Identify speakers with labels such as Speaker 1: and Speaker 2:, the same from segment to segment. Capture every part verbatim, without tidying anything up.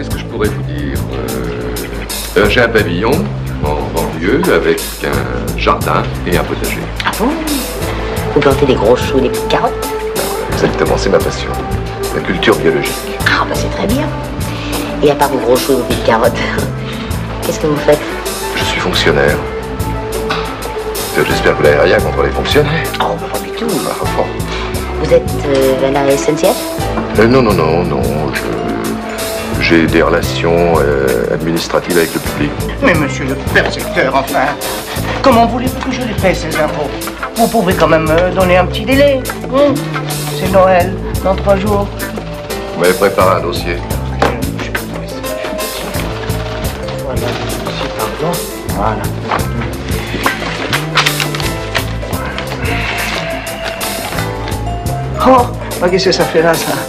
Speaker 1: qu'est-ce que je pourrais vous dire euh, euh, J'ai un pavillon en banlieue avec un jardin et un potager.
Speaker 2: Ah bon? Vous plantez des gros choux, des petites carottes?
Speaker 1: Exactement, c'est ma passion. La culture biologique.
Speaker 2: Ah bah c'est très bien. Et à part vos gros choux et vos petites carottes, qu'est-ce que vous faites?
Speaker 1: Je suis fonctionnaire. J'espère que vous n'avez rien contre les fonctionnaires.
Speaker 2: Oh, bah, pas du tout.
Speaker 1: Ah, bon.
Speaker 2: Vous êtes euh, à la S N C F?
Speaker 1: euh, Non, non, non, non. Je... J'ai des relations euh, administratives avec le public.
Speaker 3: Mais monsieur le percepteur, enfin, comment voulez-vous que je les paie, ces impôts? Vous pouvez quand même me donner un petit délai. Hum C'est Noël, dans trois jours.
Speaker 1: Vous m'avez préparé un dossier.
Speaker 3: Voilà, si, pardon. Voilà. Oh, bah, qu'est-ce que ça fait là, ça?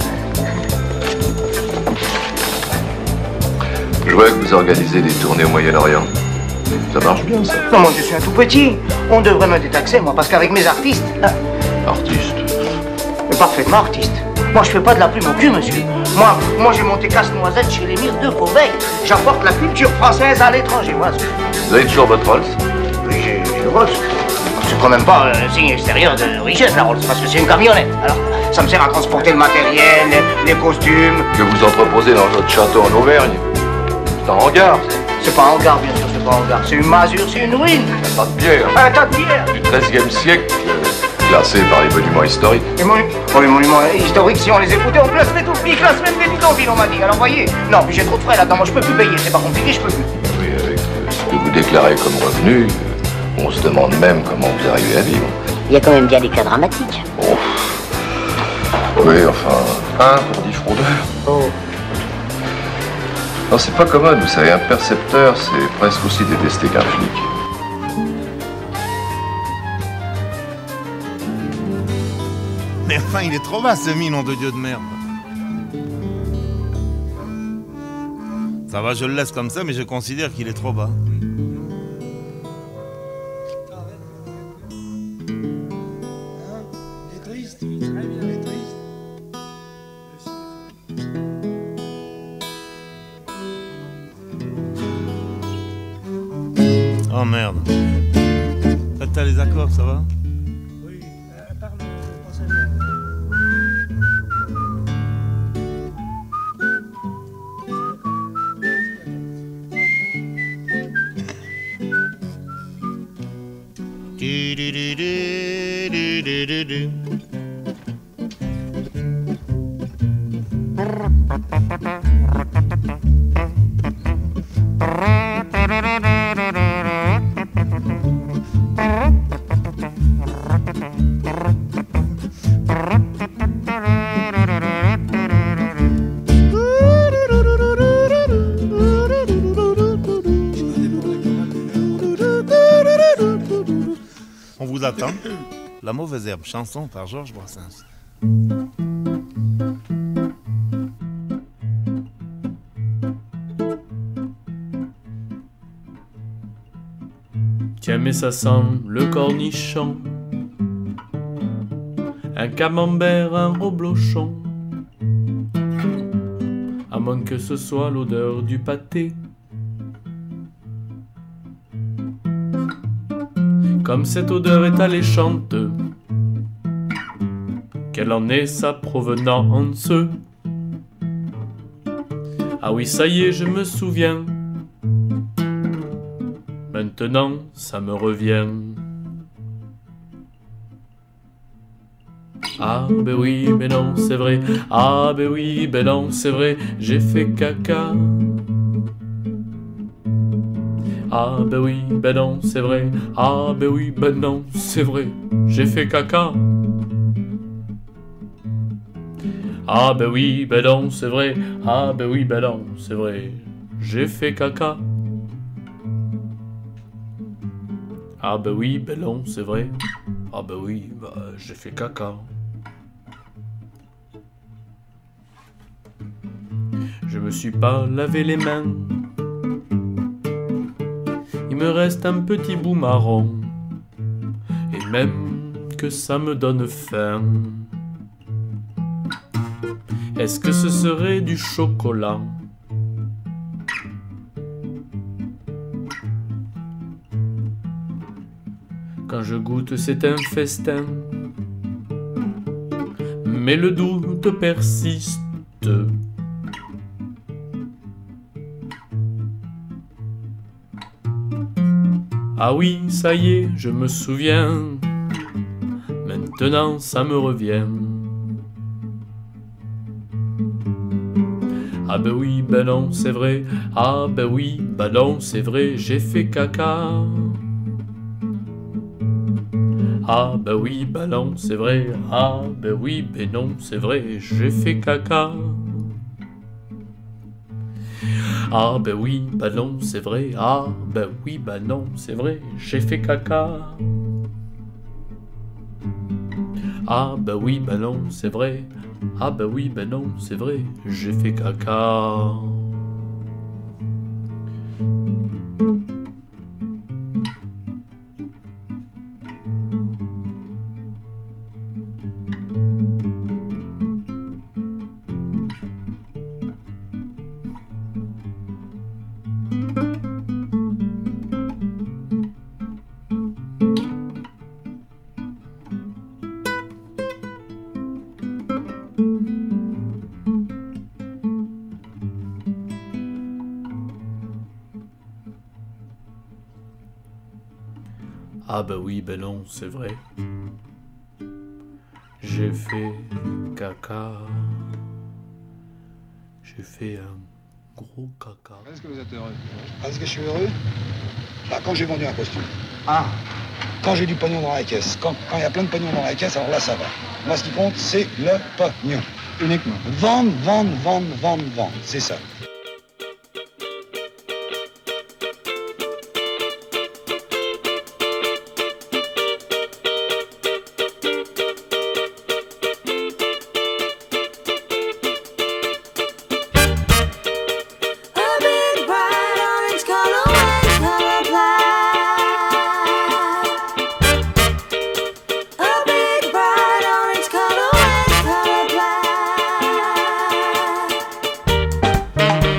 Speaker 1: Je vois que vous organisez des tournées au Moyen-Orient. Ça marche bien, ça.
Speaker 3: Non, moi, je suis un tout petit. On devrait me détaxer, moi, parce qu'avec mes artistes... Là,
Speaker 1: Artiste.
Speaker 3: mais parfaitement artiste. Moi, je fais pas de la plume au cul, monsieur. Moi, moi j'ai monté casse-noisette chez l'émir de Beauvais. J'apporte la culture française à l'étranger, voilà ce que je fais.
Speaker 1: Vous avez toujours votre Rolls?
Speaker 3: Oui, j'ai j'ai le Rolls. C'est quand même pas un signe extérieur de richesse, la Rolls, parce que c'est une camionnette. Alors, ça me sert à transporter le matériel, les, les costumes.
Speaker 1: Que vous entreposez dans votre château en Auvergne. C'est un hangar, ça.
Speaker 3: C'est pas un hangar, bien sûr, c'est pas un hangar. C'est une masure, c'est une ruine.
Speaker 1: Un tas de pierre.
Speaker 3: Un tas de pierre.
Speaker 1: Du treizième siècle, euh, classé par les monuments historiques.
Speaker 3: Les, monu oh, les monuments historiques, si on les écoutait, on classerait tout. Ils classent même des bidonvilles, on m'a dit. Alors, voyez. Non, puis j'ai trop de frais là-dedans. Moi, je peux plus payer. C'est pas compliqué, je peux plus.
Speaker 1: Oui, avec euh, ce que vous déclarez comme revenu, euh, on se demande même comment vous arrivez à vivre.
Speaker 2: Il y a quand même bien des cas dramatiques.
Speaker 1: Oh. Oui, enfin, un pour dix fraudeurs.
Speaker 2: Oh.
Speaker 1: Non, c'est pas commode, vous savez, un percepteur, c'est presque aussi détesté qu'un flic.
Speaker 4: Mais enfin, il est trop bas ce mi, nom de Dieu de merde. Ça va, je le laisse comme ça, mais je considère qu'il est trop bas.
Speaker 5: Il est triste, très bien, il est triste.
Speaker 4: Oh merde. Là, t'as les accords, ça va?
Speaker 5: Oui, euh, parle au passager.
Speaker 4: Du, du, du, du, du, du, du, du. On vous attend. La mauvaise herbe, chanson par Georges Brassens.
Speaker 6: Tiens mais ça sent le cornichon, un camembert, un reblochon, à moins que ce soit l'odeur du pâté. Comme cette odeur est alléchante, quelle en est sa provenance? Ah oui, ça y est, je me souviens. Maintenant, ça me revient. Ah ben oui, ben non, c'est vrai. Ah ben oui, ben non, c'est vrai. J'ai fait caca. Ah ben oui, ben non, c'est vrai. Ah ben oui, ben non, c'est vrai. J'ai fait caca. Ah ben oui, ben non, c'est vrai. Ah ben oui, ben non, c'est vrai. J'ai fait caca. Ah ben oui, ben non, c'est vrai. Ah ben oui, bah, j'ai fait caca. Je me suis pas lavé les mains. Il me reste un petit bout marron. Et même que ça me donne faim. Est-ce que ce serait du chocolat je goûte, c'est un festin. Mais le doute persiste. Ah oui, ça y est, je me souviens. Maintenant, ça me revient. Ah ben oui, ben non, c'est vrai. Ah ben oui, ben non, c'est vrai, j'ai fait caca. Ah ben oui, ben non, c'est vrai. Ah ben oui, ben non, c'est vrai, j'ai fait caca. Ah ben oui, ben non, c'est vrai. Ah ben oui, ben non, c'est vrai, j'ai fait caca. Ah ben oui, ben non, c'est vrai. Ah ben oui, ben non, c'est vrai, j'ai fait caca. Ah ben oui, ben non, c'est vrai. J'ai fait caca. J'ai fait un gros caca.
Speaker 7: Est-ce que vous êtes heureux?
Speaker 8: Est-ce que je suis heureux? Bah, quand j'ai vendu un costume.
Speaker 3: Ah,
Speaker 8: Quand j'ai du pognon dans la caisse. Quand quand il y a plein de pognon dans la caisse, alors là, ça va. Moi, ce qui compte, c'est le pognon.
Speaker 7: Uniquement.
Speaker 8: Vendre, vendre, vendre, vendre, vendre. C'est ça.
Speaker 9: A big bright orange color when color black. A big bright orange color when color black.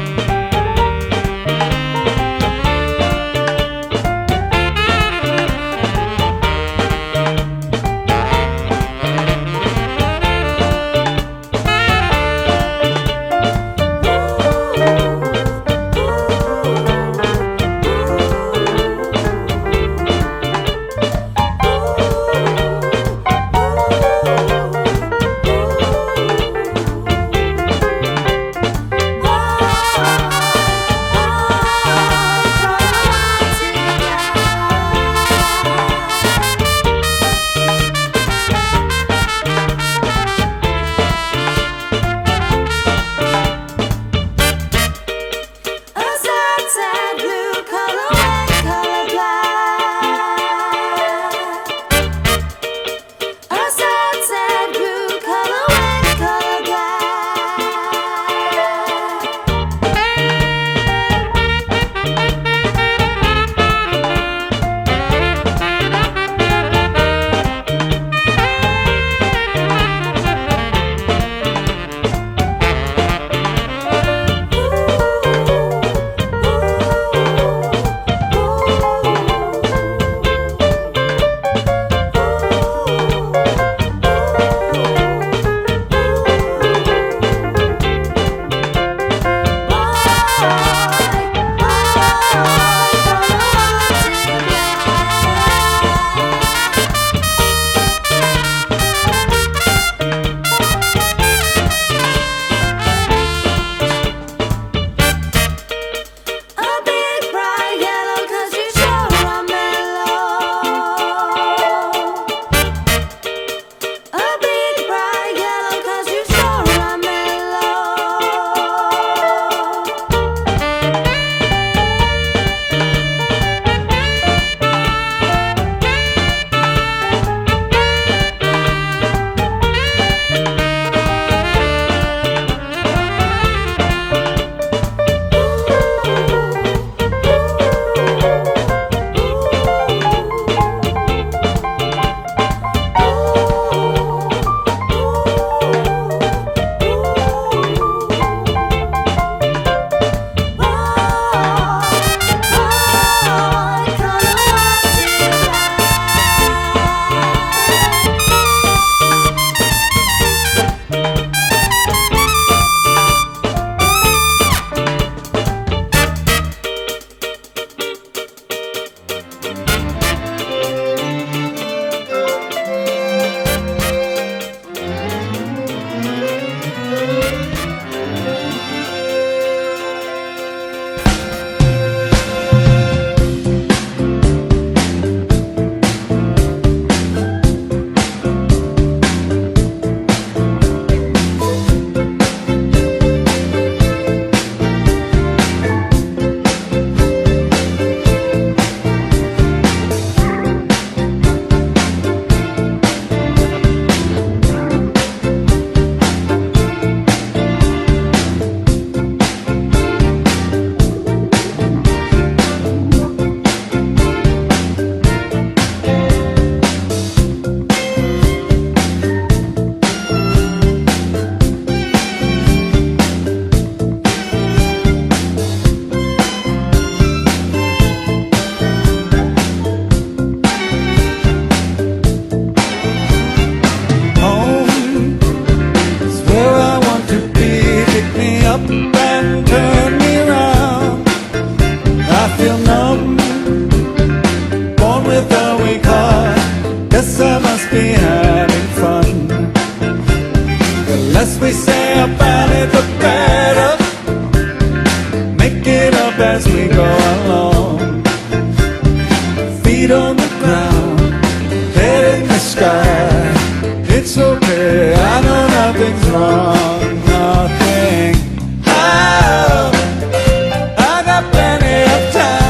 Speaker 7: way I find it, the better. Make it up as we go along. Feet on the ground, head in the sky. It's okay, I know nothing's wrong, nothing. Oh, I got plenty of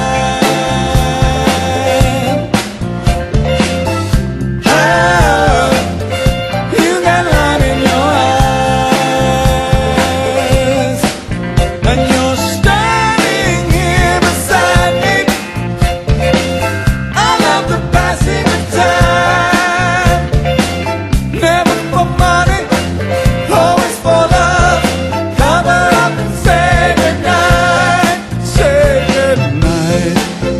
Speaker 7: time. Oh, you got light in your eyes, and you're standing here beside me. I love the passing of time. Never for money, always for love. Cover up and say goodnight, say goodnight.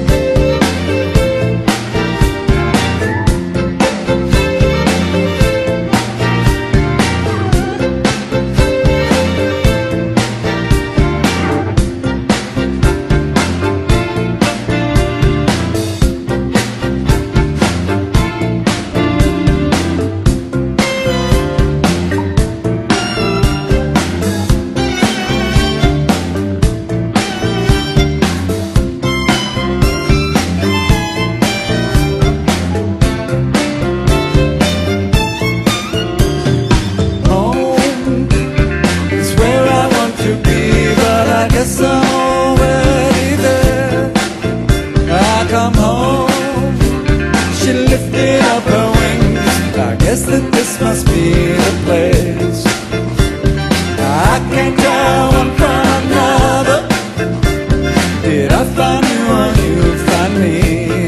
Speaker 7: Home is where I want to be, but I guess I'm already there. I come home, she lifted up her wings. I guess that this must be the place. I can't tell one from another. Did I find you or you find me?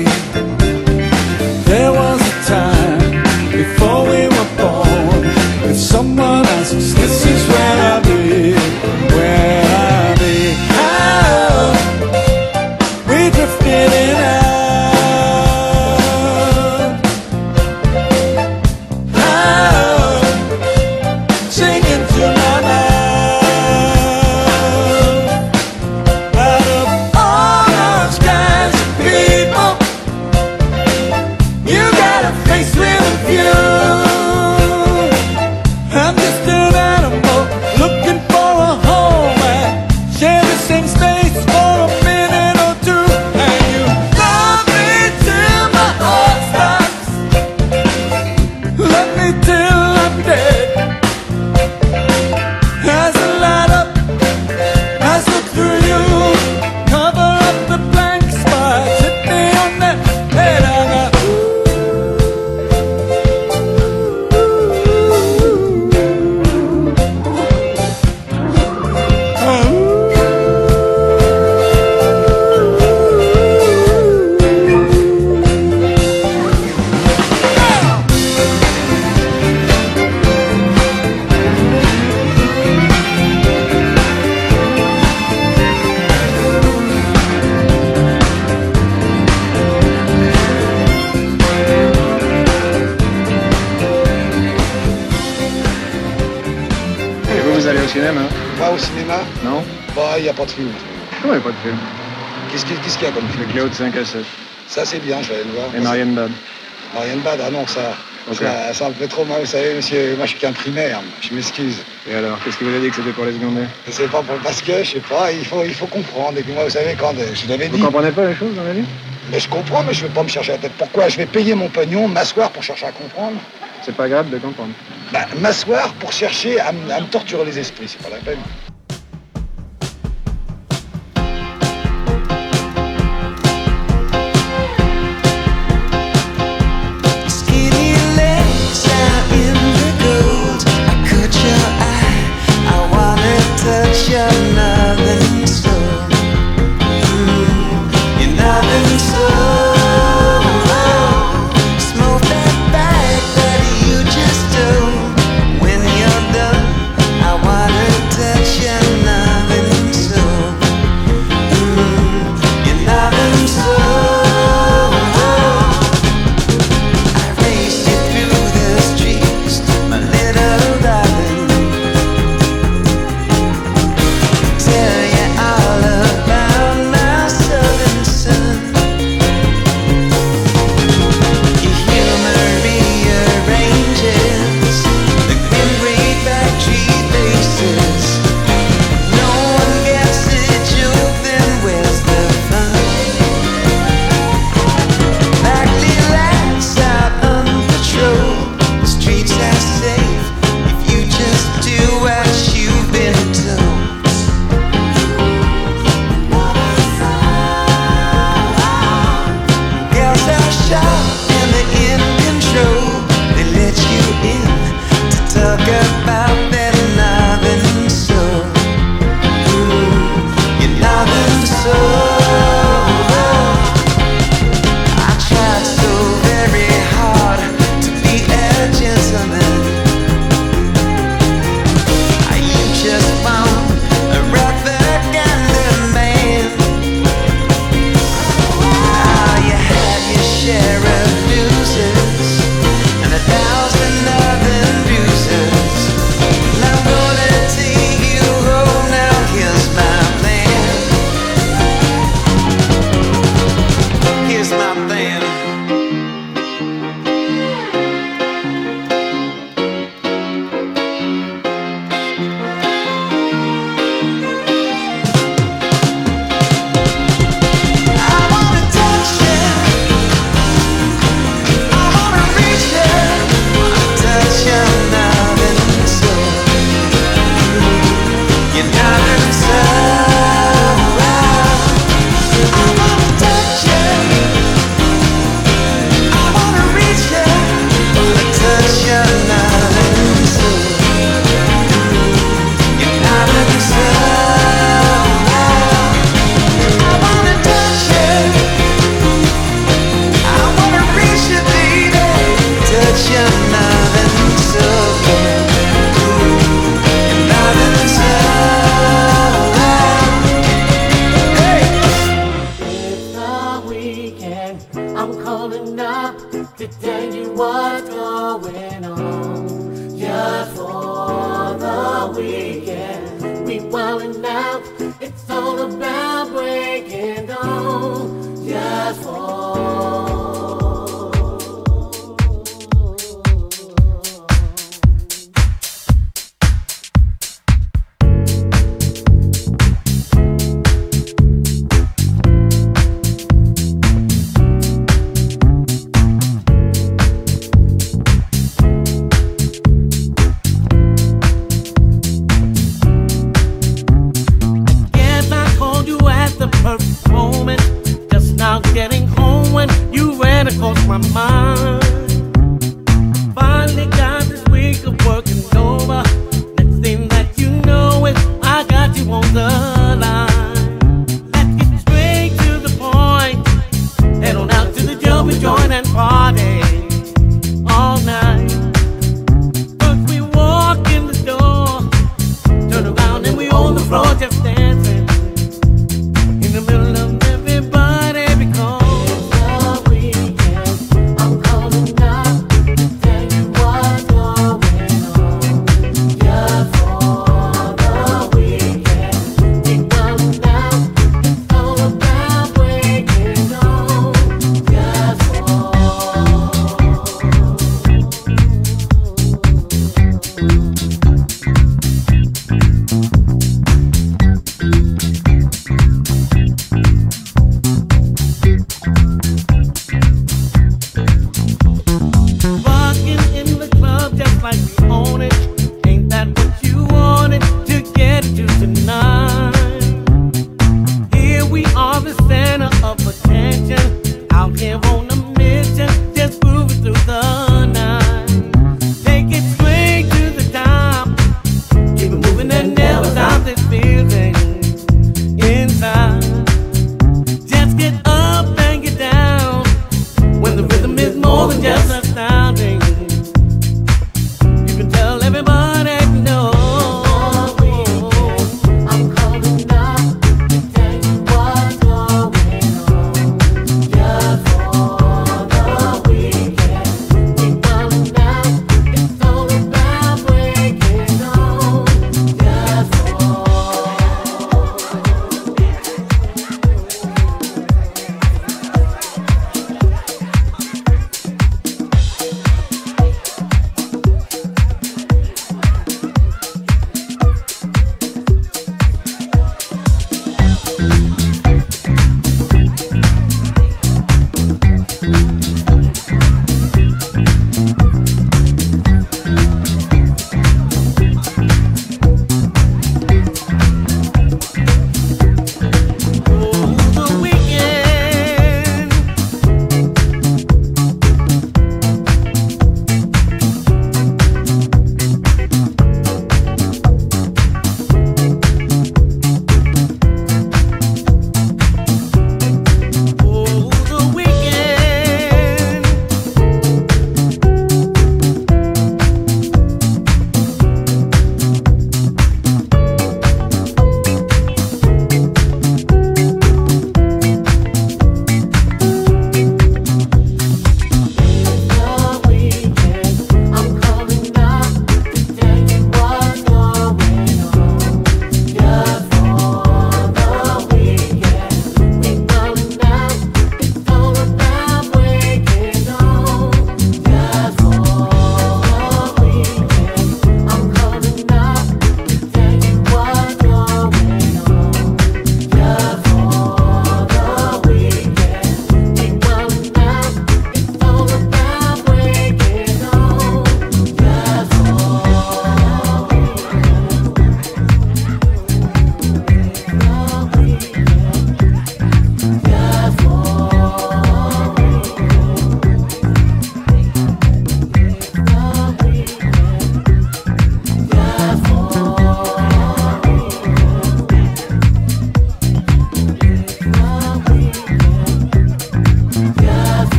Speaker 7: There was a time before we were born with someone else's. This is where I'll be, where I'll be. Oh, we drifted in out. Oh, singing to my love. Out of all those kinds of people, you got a face with a view. I'm just an animal looking for a home and share the same space for a minute or two. And you love me till my heart stops. Love me till I'm dead. As I light up, I slip through you. Cover up the blank spots. Hit me on the head. I got
Speaker 10: Et vous, vous allez au cinéma?
Speaker 8: Va au cinéma?
Speaker 10: Non?
Speaker 8: Bah, il n'y a pas de film.
Speaker 10: Comment il n'y a pas de film?
Speaker 8: Qu'est-ce qu'il qu'est-ce qu'il y a comme film?
Speaker 10: Le Claude cinq à sept.
Speaker 8: Ça, c'est bien, je vais aller le voir.
Speaker 10: Et Marianne Bad.
Speaker 8: Marianne Bad, ah non, ça,
Speaker 10: Ok.
Speaker 8: ça, ça me fait trop mal, vous savez, monsieur. Moi, je suis qu'un primaire, moi. Je m'excuse.
Speaker 10: Et alors, qu'est-ce qui vous a dit que c'était pour les secondaires?
Speaker 8: C'est pas pour parce que, je sais pas, il faut, il faut comprendre. Et puis moi, vous savez, quand euh, je vous l'avais
Speaker 10: Vous
Speaker 8: dit.
Speaker 10: comprenez pas les choses dans la vie?
Speaker 8: Mais je comprends, mais je vais pas me chercher la tête. Pourquoi? Je vais payer mon pognon, m'asseoir pour chercher à comprendre.
Speaker 10: C'est pas grave de comprendre.
Speaker 8: Bah, m'asseoir pour chercher à, m- à me torturer les esprits, c'est pas la peine.
Speaker 9: Skinny legs out in the gold. I caught your eye. I wanna touch your loving soul. Mm, your loving soul. Smoke that back that you just do. When you're done, I wanna touch your loving soul. Mm, your loving soul. I race you through the streets, my little darling.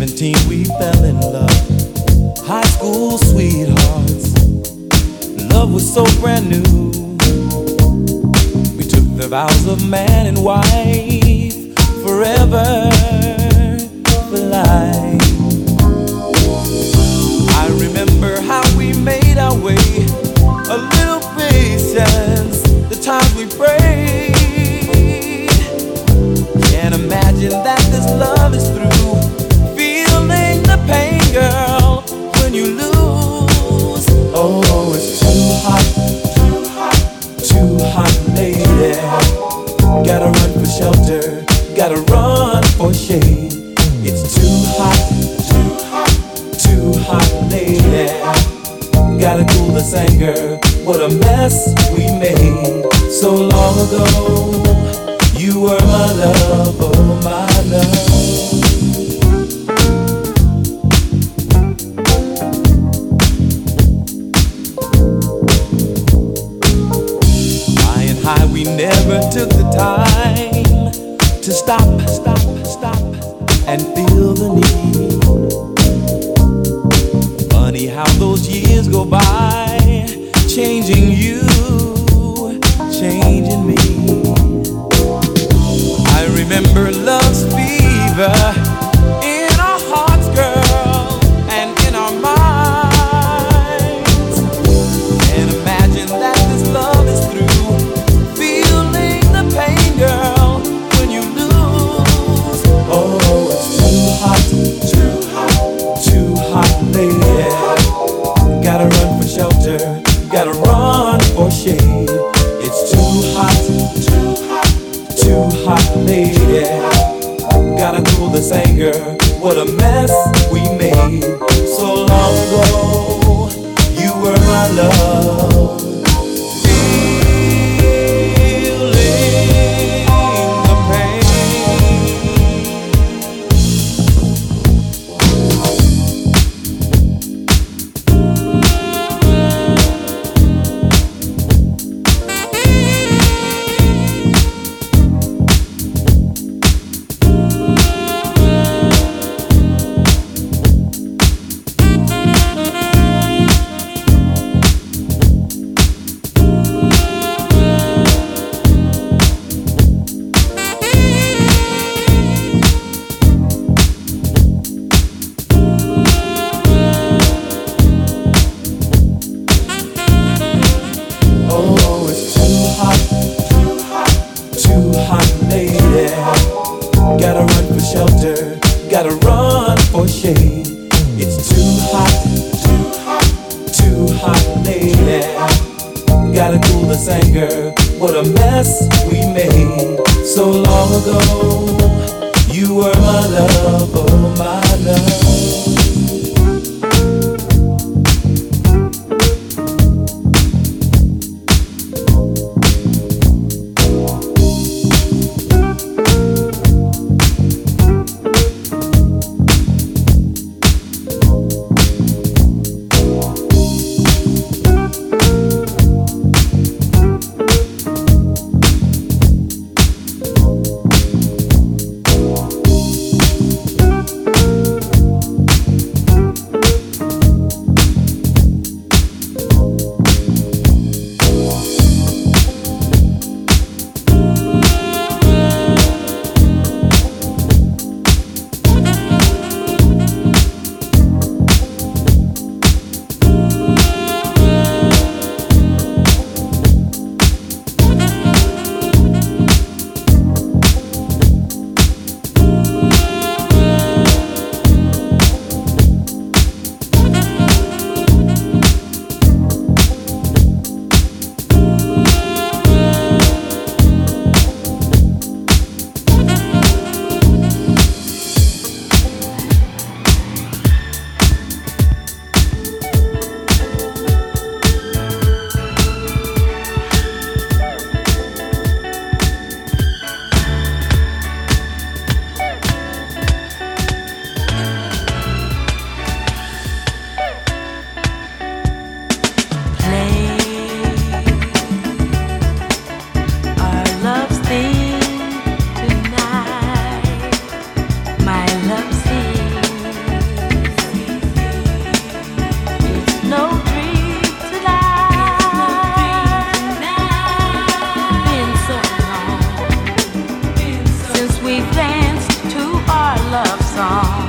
Speaker 7: seventeen we fell in love, high school sweethearts. Love was so brand new. We took the vows of man and wife, forever for life. I remember how we made our way, a little patience, the times we prayed. Can't imagine that this love is through. Feeling the pain, girl, when you lose. Oh, it's too hot, too hot, too hot, lady. Gotta run for shelter, gotta run for shade. It's too hot, too hot, too hot, lady. Gotta cool this anger, what a mess we made so long ago. You were my love, oh my love. Flying high, we never took the time to stop, stop, stop, and feel the need. Funny how those years go by, changing you, changing me. I remember love's fever in our hearts, girl, and in our minds. And imagine that this love is through. Feeling the pain, girl, when you lose. Oh, it's too hot, too hot, too hot, lady. Gotta run for shelter, gotta run for shade. It's too hot, too hot, too hot, lady. Gotta cool this anger, what a mess we made so long ago. You were my love. Feeling the pain. Oh, it's too hot, too hot, too hot, lady. Gotta run for shelter, gotta run for shade. It's too hot, too hot, too hot, lady. Gotta cool this anger, what a mess we made so long ago. You were my love, oh my love.
Speaker 9: we've danced to our love song.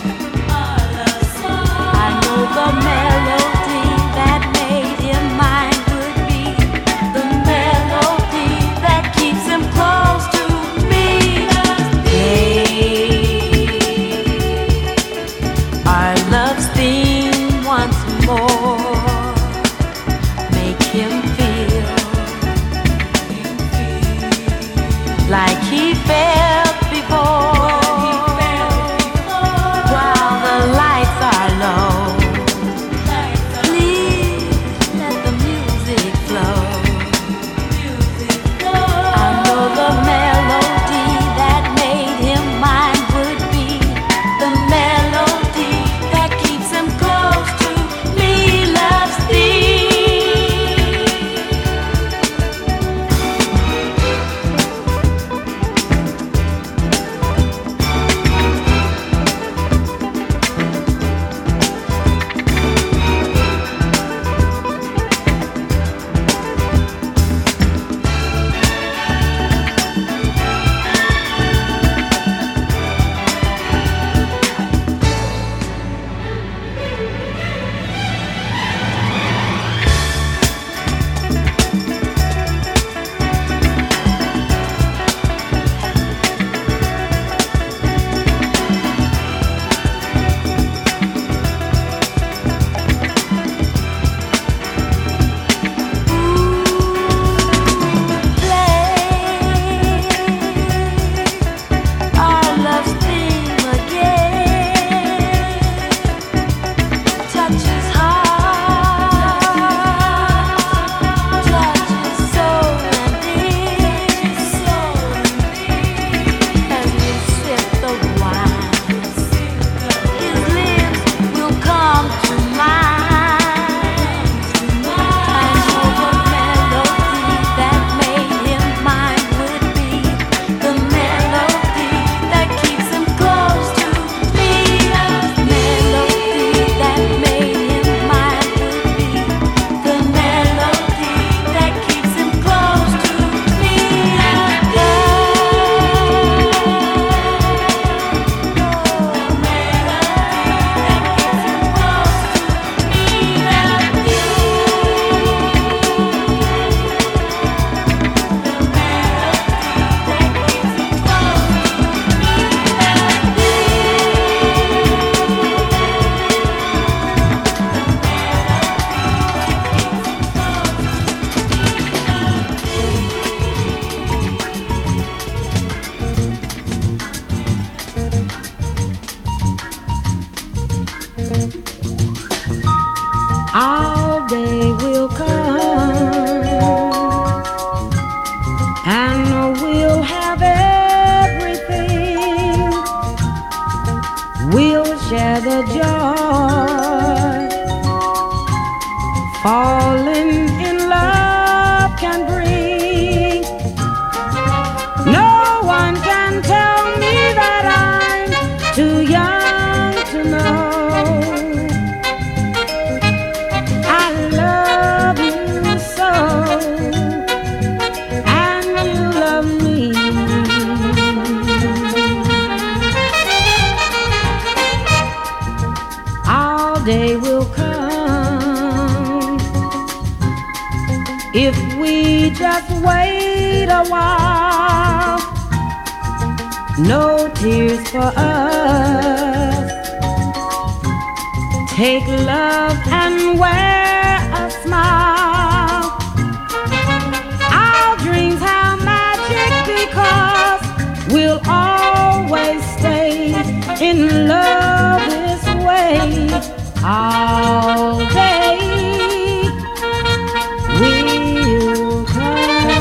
Speaker 9: I know the melody that made him mine would be the melody that keeps him close to me. Play our love's theme once more. Make him feel like he felt before. While the lights are low, please let the music flow. I know the melody that made him mine would be the melody that keeps him close to me. Love's theme.
Speaker 11: Our day will come and we'll have everything. We'll share the joy. Falling in love can bring. No one can tell me that I'm too young to know. Day will come if we just wait a while. No tears for us. Take love and wear a smile. Our dreams have magic because we'll always stay in love this way. All day will come.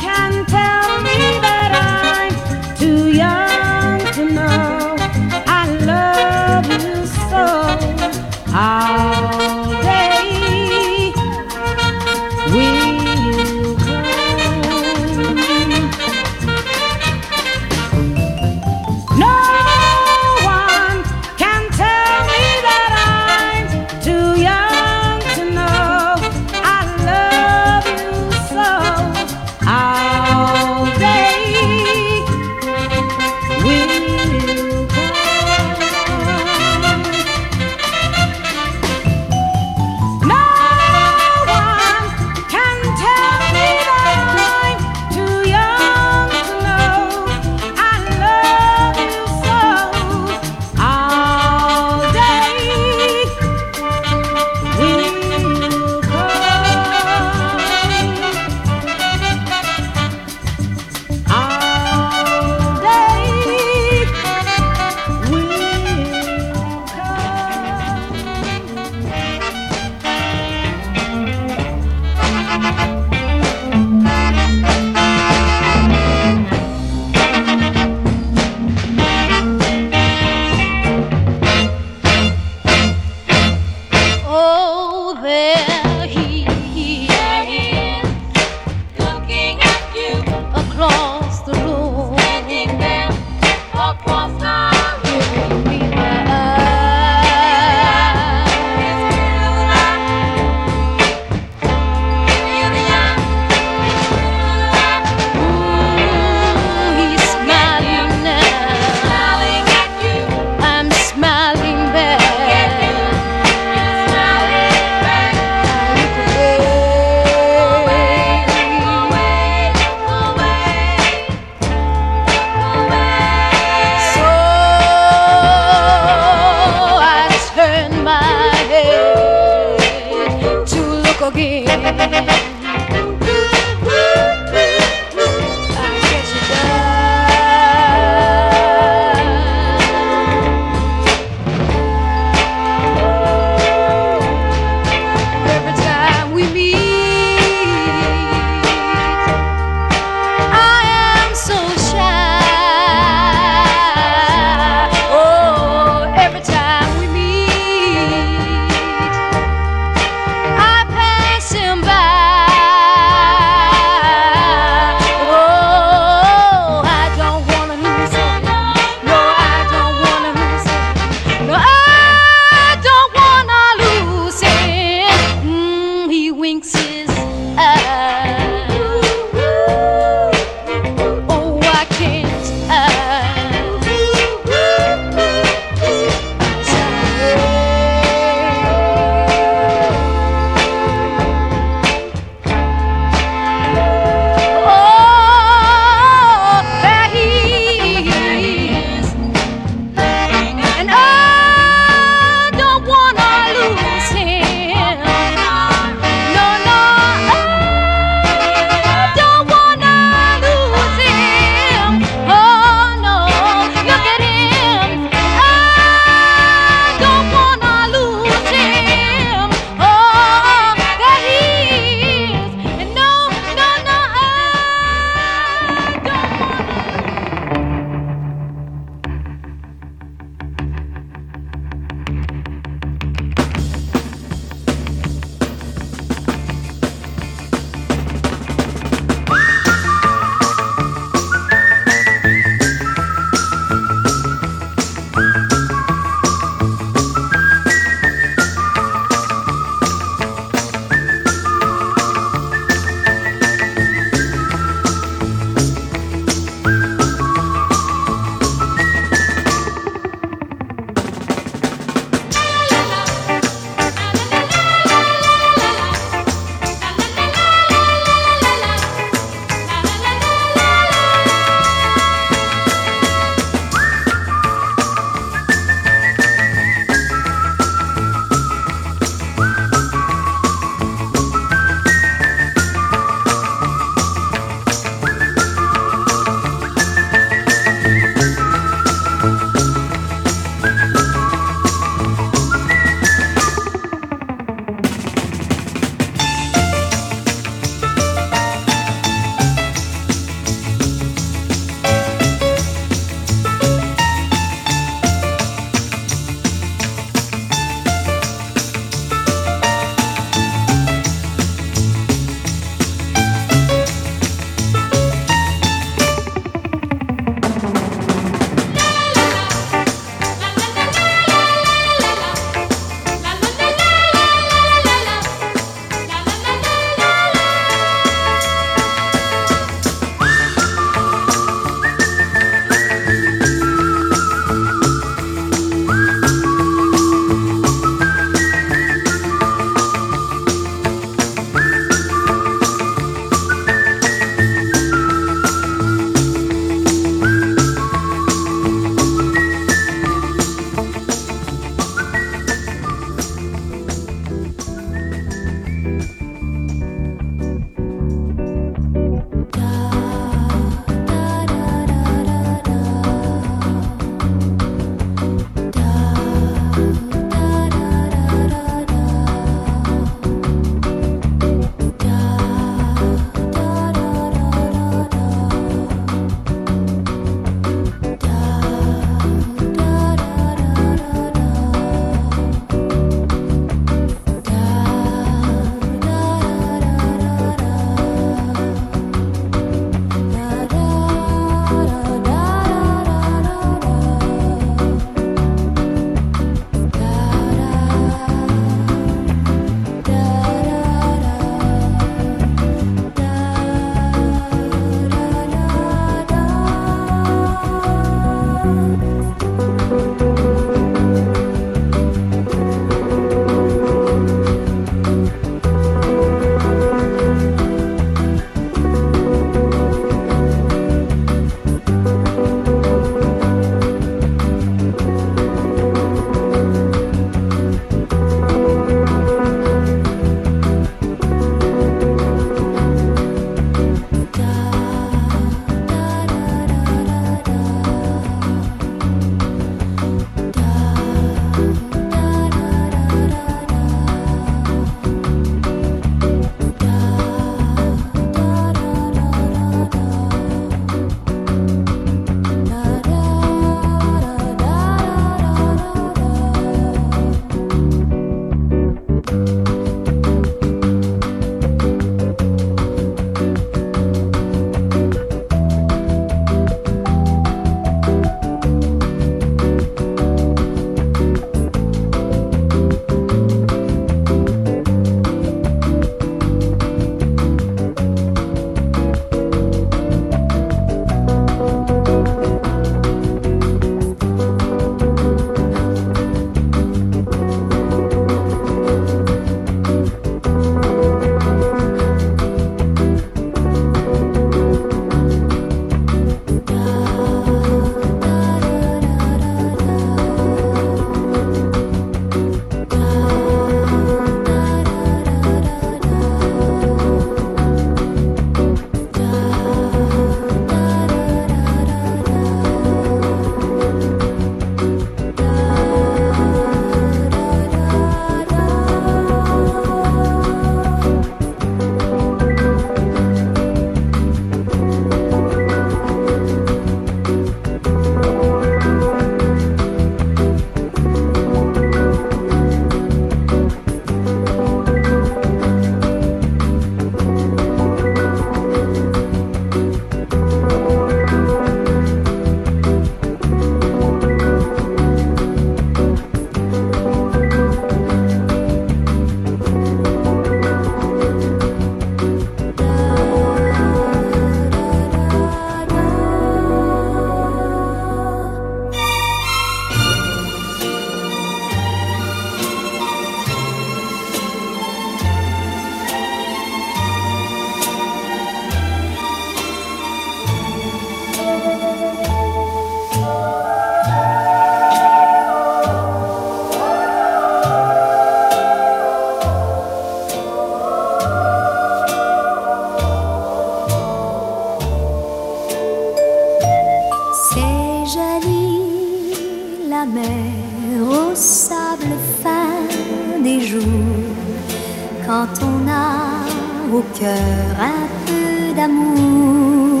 Speaker 9: quand on a au cœur un peu d'amour.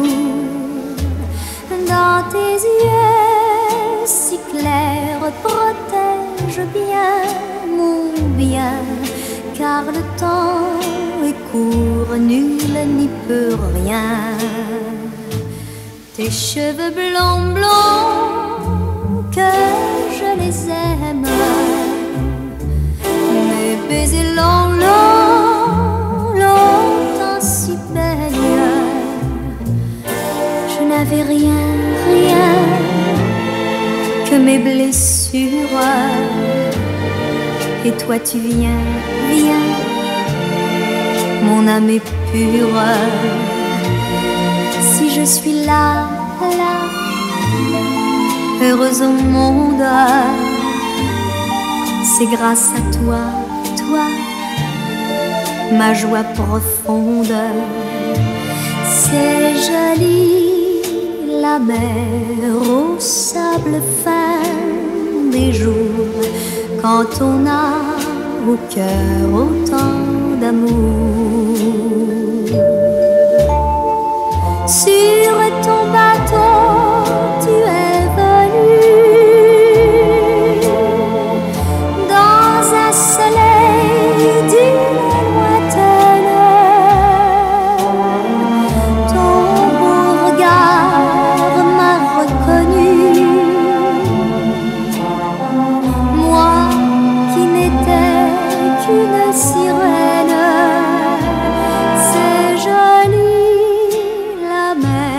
Speaker 9: Dans tes yeux si clairs, protège bien mon bien, car le temps est court, nul n'y peut rien. Tes cheveux blonds, blonds, que je les aime, mes baisers longs, longs, longtemps si belles. Je n'avais rien, rien que mes blessures, et toi tu viens, viens, mon âme est pure. Si je suis là, là, heureuse au monde, c'est grâce à toi, toi, ma joie profonde. C'est joli, la mer au sable fin des jours, quand on a au cœur autant d'amour. Sur ton bateau, tu es venu dans un soleil d'une lointaine. Ton beau regard m'a reconnu, moi qui n'étais qu'une sirène. C'est joli, la mer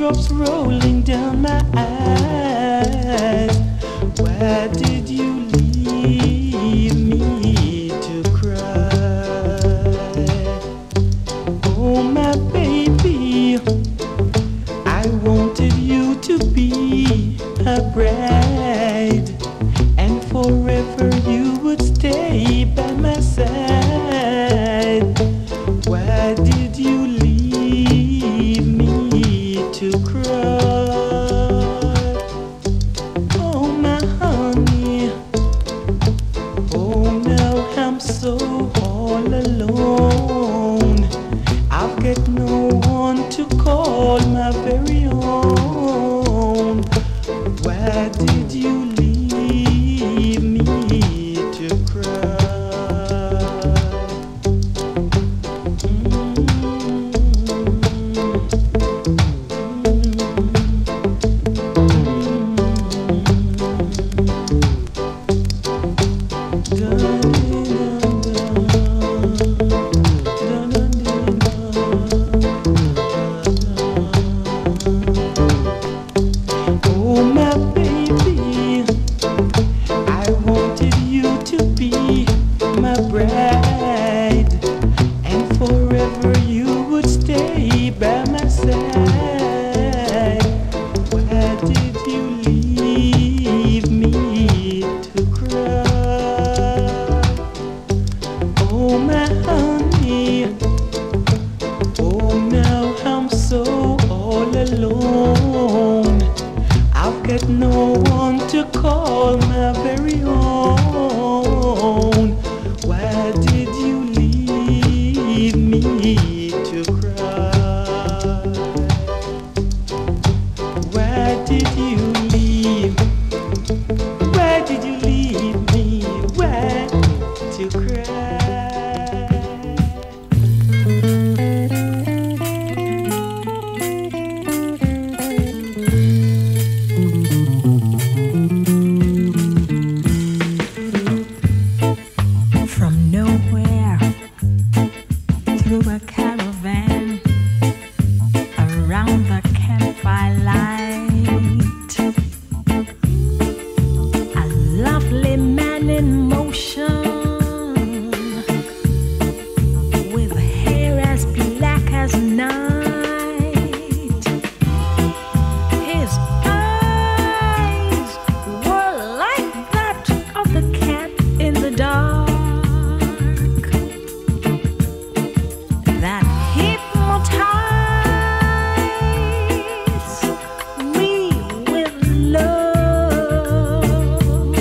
Speaker 7: teardrops rolling down my eyes. Why did you leave me to cry? Oh my baby, I wanted you to be a bride, and forever you would stay by my side. Why did you leave me to cry? Oh my honey, oh now I'm so all alone. I've got no one to call my very own. Why did you leave me to cry? Oh my baby, I wanted you to be my bride, and forever you would stay by my side. Why did you leave me to cry? Oh my honey, oh now I'm so all alone. I've got no one to call my very own. Why did you leave me to cry? Why did you leave? Why did you leave me? Why to cry?
Speaker 11: From nowhere through a caravan around the campfire light, a lovely man in motion with hair as black as night. His eyes were like that of the cat in the dark that hypnotized me with love.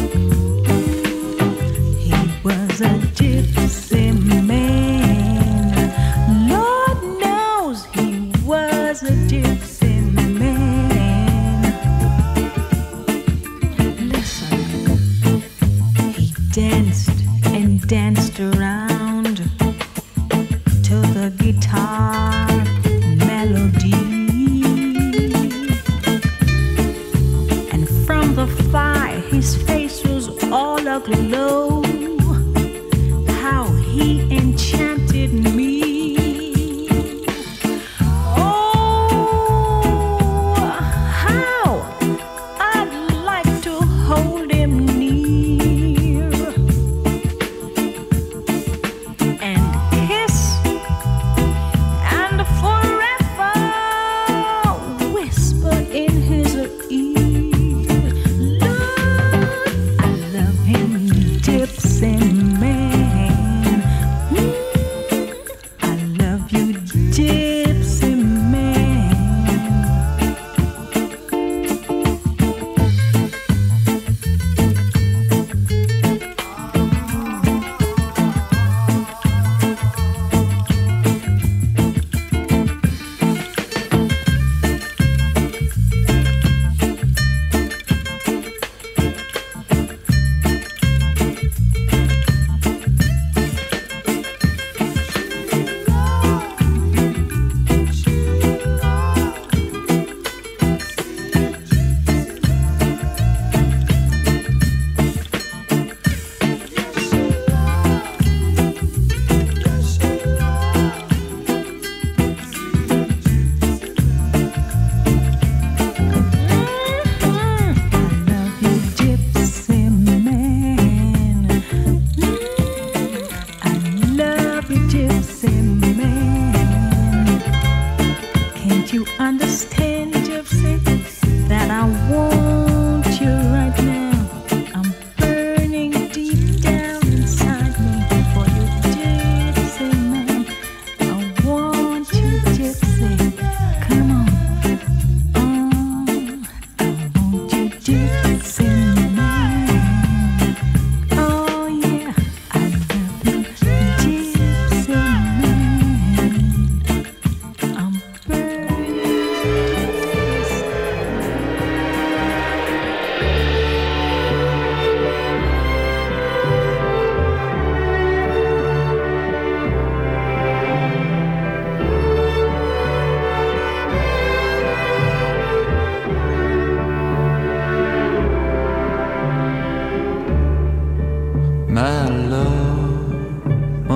Speaker 11: He was a gypsy man. Lord knows he was a gypsy man. Listen, he danced and danced around to the guitar melody, and from the fire his face was all aglow. How he enchanted me. Oh, how I'd like to hold him near.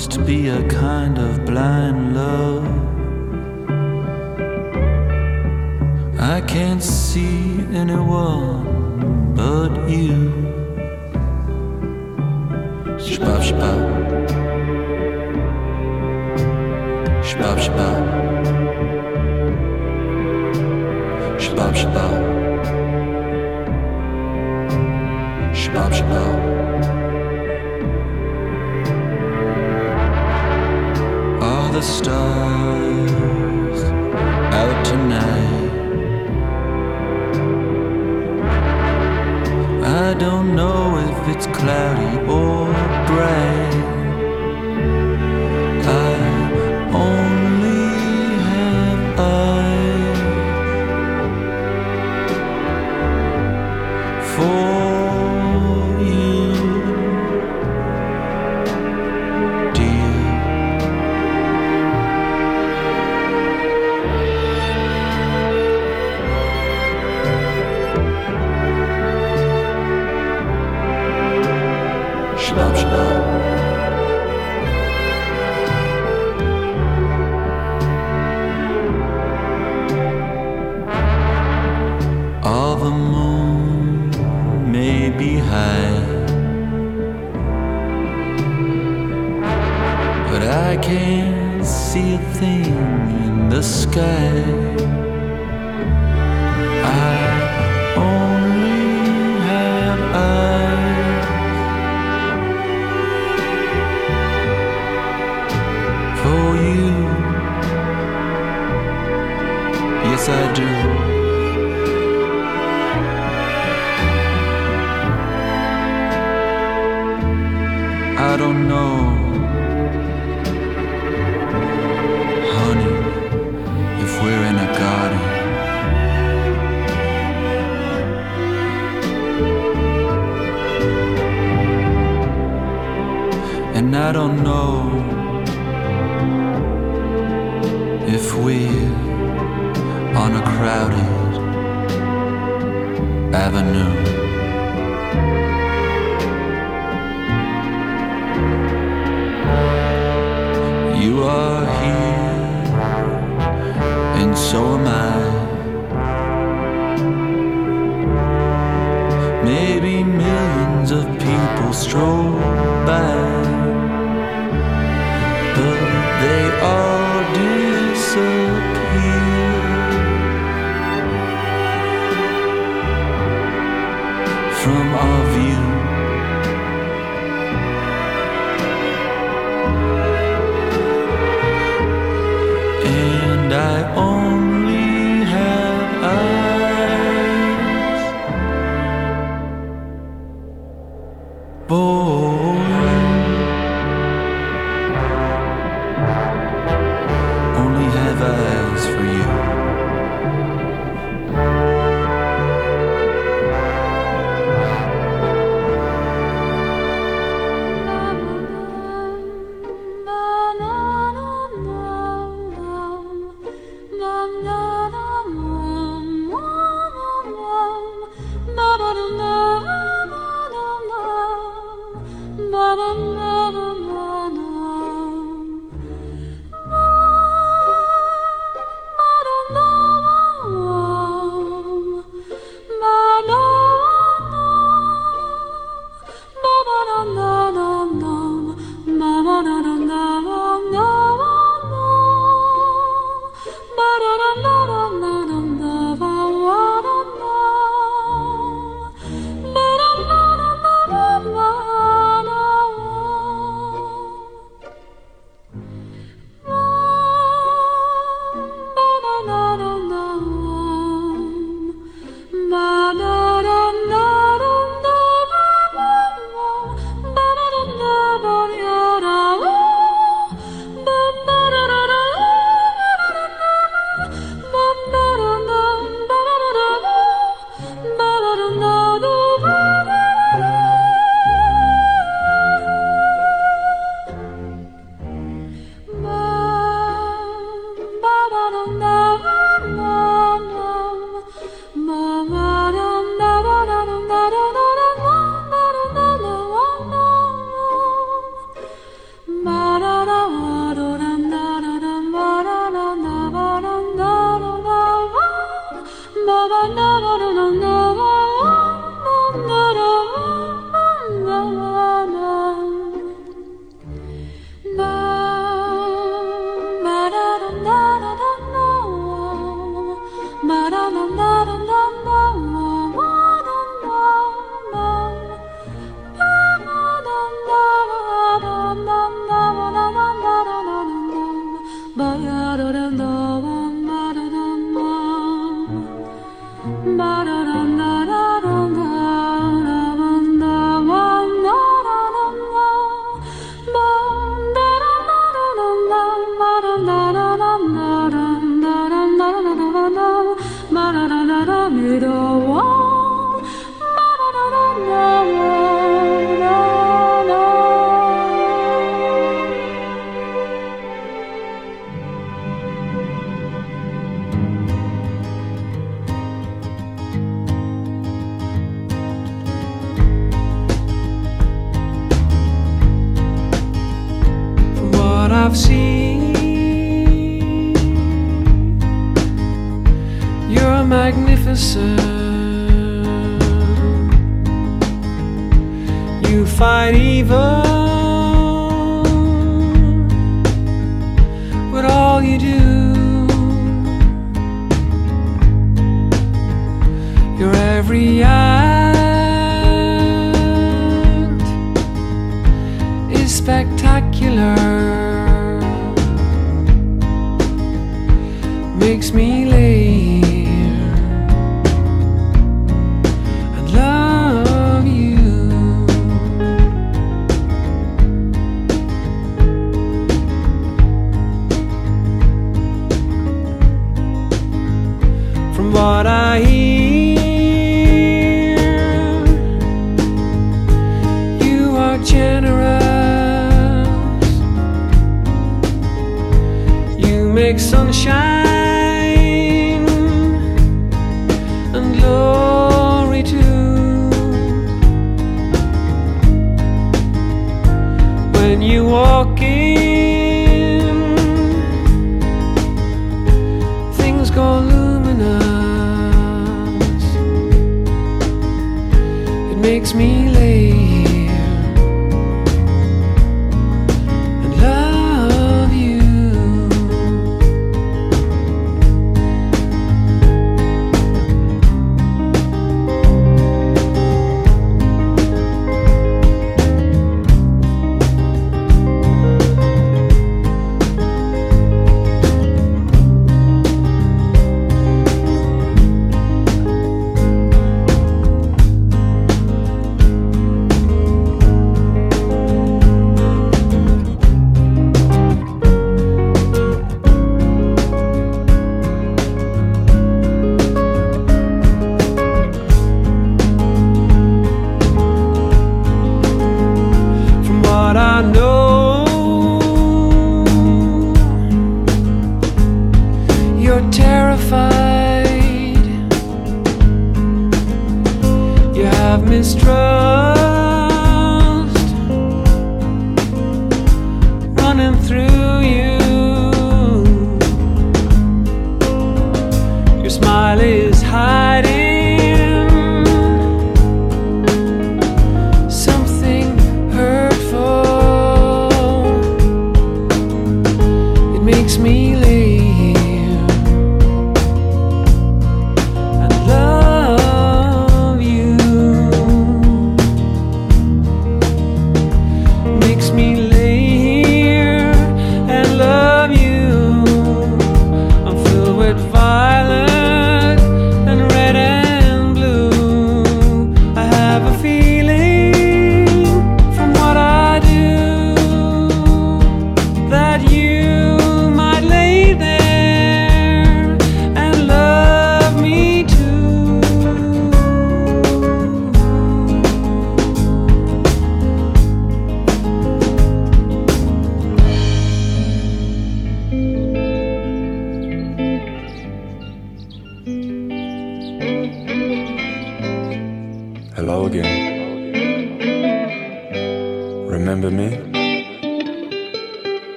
Speaker 7: must be a kind of blind love. I can't see anyone but you. Shabab, shabab. Shabab, shabab. Shabab, shabab. Shabab, shabab. Are the stars out tonight? I don't know if it's cloudy or bright. I only have eyes for you, dear. Shabab, shabab. All the moon may be high, but I can't see a thing in the sky. I only have eyes for you. Yes, I do. I don't know, honey, if we're in a garden. And I don't know if we're on a crowded avenue. You are here, and so am I. Maybe millions of people stroll by, but they all disappear. 'Cause I've seen you're magnificent. You fight evil with all you do. Your every act is spectacular. Makes me lay here and love you. From what I hear, you are generous. You make sunshine glory too. When you walk in, things go luminous. It makes me lay here and love you. Mistrust running through you. Your smile is hiding something hurtful. It makes me lay here and love you. Makes me lay here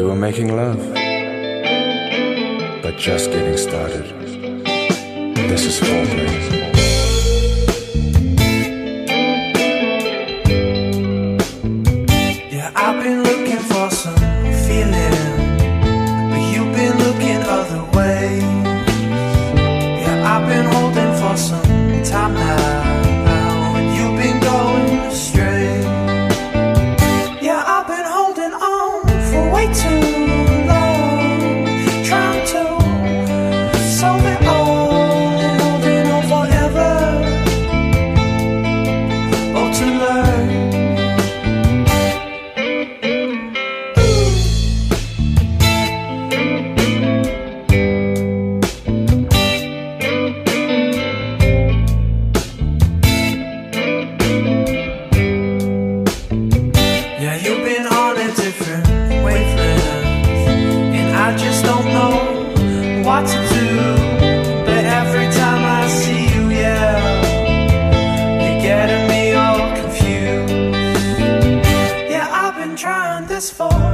Speaker 12: were making love, but just getting started. This is foreplay.
Speaker 7: Yeah, I've been looking for some feeling, but you've been looking other ways. Yeah, I've been holding for some time now, and you've been going astray. Yeah, I've been holding on for way too long, trying to solve it all and holding on forever, or to learn. Yeah, you've been on a different wavelength, and I just don't know what to do. But every time I see you, yeah, you're getting me all confused. Yeah, I've been trying this for